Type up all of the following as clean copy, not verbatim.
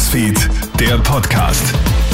Newsfeed, der Podcast.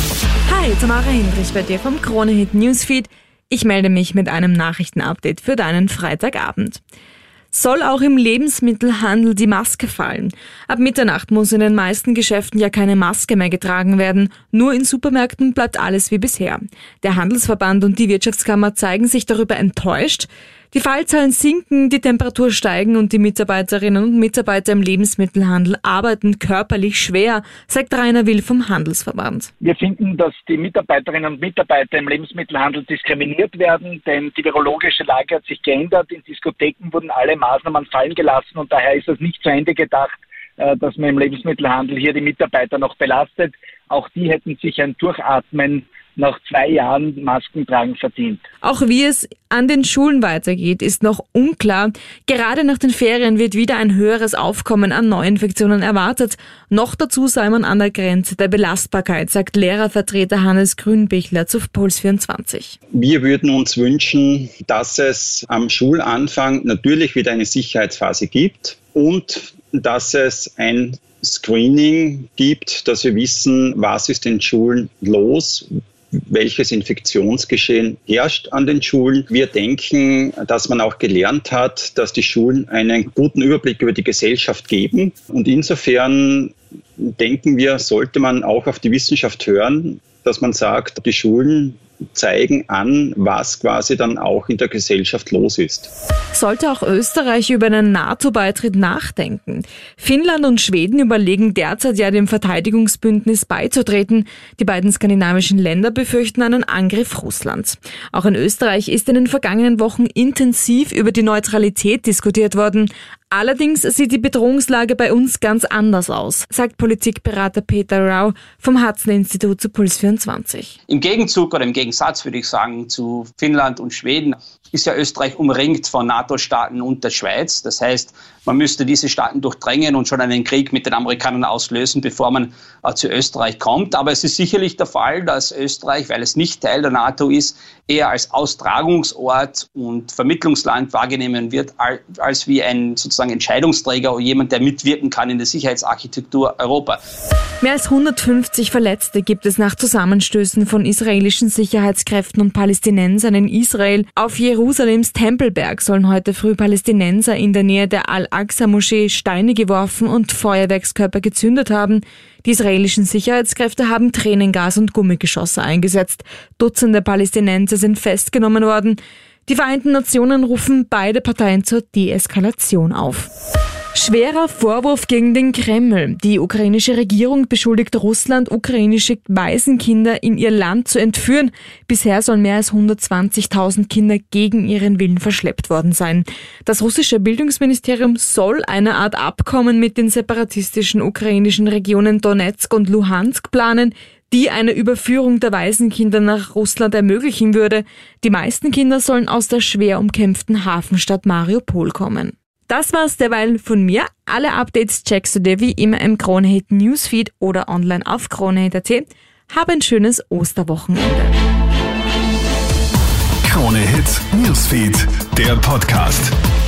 Hi, Tamara Hendrich bei dir vom Krone-Hit Newsfeed. Ich melde mich mit einem Nachrichtenupdate für deinen Freitagabend. Soll auch im Lebensmittelhandel die Maske fallen? Ab Mitternacht muss in den meisten Geschäften ja keine Maske mehr getragen werden. Nur in Supermärkten bleibt alles wie bisher. Der Handelsverband und die Wirtschaftskammer zeigen sich darüber enttäuscht. Die Fallzahlen sinken, die Temperatur steigen und die Mitarbeiterinnen und Mitarbeiter im Lebensmittelhandel arbeiten körperlich schwer, sagt Rainer Will vom Handelsverband. Wir finden, dass die Mitarbeiterinnen und Mitarbeiter im Lebensmittelhandel diskriminiert werden, denn die virologische Lage hat sich geändert. In Diskotheken wurden alle Maßnahmen fallen gelassen und daher ist es nicht zu Ende gedacht, dass man im Lebensmittelhandel hier die Mitarbeiter noch belastet. Auch die hätten sich ein Durchatmen nach 2 Jahren Maskentragen verdient. Auch wie es an den Schulen weitergeht, ist noch unklar. Gerade nach den Ferien wird wieder ein höheres Aufkommen an Neuinfektionen erwartet. Noch dazu sei man an der Grenze der Belastbarkeit, sagt Lehrervertreter Hannes Grünbichler zu Puls 24. Wir würden uns wünschen, dass es am Schulanfang natürlich wieder eine Sicherheitsphase gibt und dass es ein Screening gibt, dass wir wissen, was ist in Schulen los, welches Infektionsgeschehen herrscht an den Schulen. Wir denken, dass man auch gelernt hat, dass die Schulen einen guten Überblick über die Gesellschaft geben. Und insofern denken wir, sollte man auch auf die Wissenschaft hören, dass man sagt, die Schulen zeigen an, was quasi dann auch in der Gesellschaft los ist. Sollte auch Österreich über einen NATO-Beitritt nachdenken? Finnland und Schweden überlegen derzeit ja dem Verteidigungsbündnis beizutreten. Die beiden skandinavischen Länder befürchten einen Angriff Russlands. Auch in Österreich ist in den vergangenen Wochen intensiv über die Neutralität diskutiert worden. Allerdings sieht die Bedrohungslage bei uns ganz anders aus, sagt Politikberater Peter Rau vom Hudson-Institut zu Puls 24. Im Gegenzug oder im Gegensatz würde ich sagen zu Finnland und Schweden ist ja Österreich umringt von NATO-Staaten und der Schweiz. Das heißt, man müsste diese Staaten durchdrängen und schon einen Krieg mit den Amerikanern auslösen, bevor man zu Österreich kommt. Aber es ist sicherlich der Fall, dass Österreich, weil es nicht Teil der NATO ist, eher als Austragungsort und Vermittlungsland wahrgenommen wird, als wie ein sozusagen Entscheidungsträger oder jemand, der mitwirken kann in der Sicherheitsarchitektur Europas. Mehr als 150 Verletzte gibt es nach Zusammenstößen von israelischen Sicherheitskräften und Palästinensern in Israel. Auf Jerusalems Tempelberg sollen heute früh Palästinenser in der Nähe der Al-Aqsa-Moschee Steine geworfen und Feuerwerkskörper gezündet haben. Die israelischen Sicherheitskräfte haben Tränengas und Gummigeschosse eingesetzt. Dutzende Palästinenser sind festgenommen worden. Die Vereinten Nationen rufen beide Parteien zur Deeskalation auf. Schwerer Vorwurf gegen den Kreml. Die ukrainische Regierung beschuldigt Russland, ukrainische Waisenkinder in ihr Land zu entführen. Bisher sollen mehr als 120.000 Kinder gegen ihren Willen verschleppt worden sein. Das russische Bildungsministerium soll eine Art Abkommen mit den separatistischen ukrainischen Regionen Donetsk und Luhansk planen, die eine Überführung der Waisenkinder nach Russland ermöglichen würde. Die meisten Kinder sollen aus der schwer umkämpften Hafenstadt Mariupol kommen. Das war's derweil von mir. Alle Updates checkst du dir wie immer im Krone-Hit Newsfeed oder online auf kronehit.at. Hab ein schönes Osterwochenende. Krone-Hit Newsfeed, der Podcast.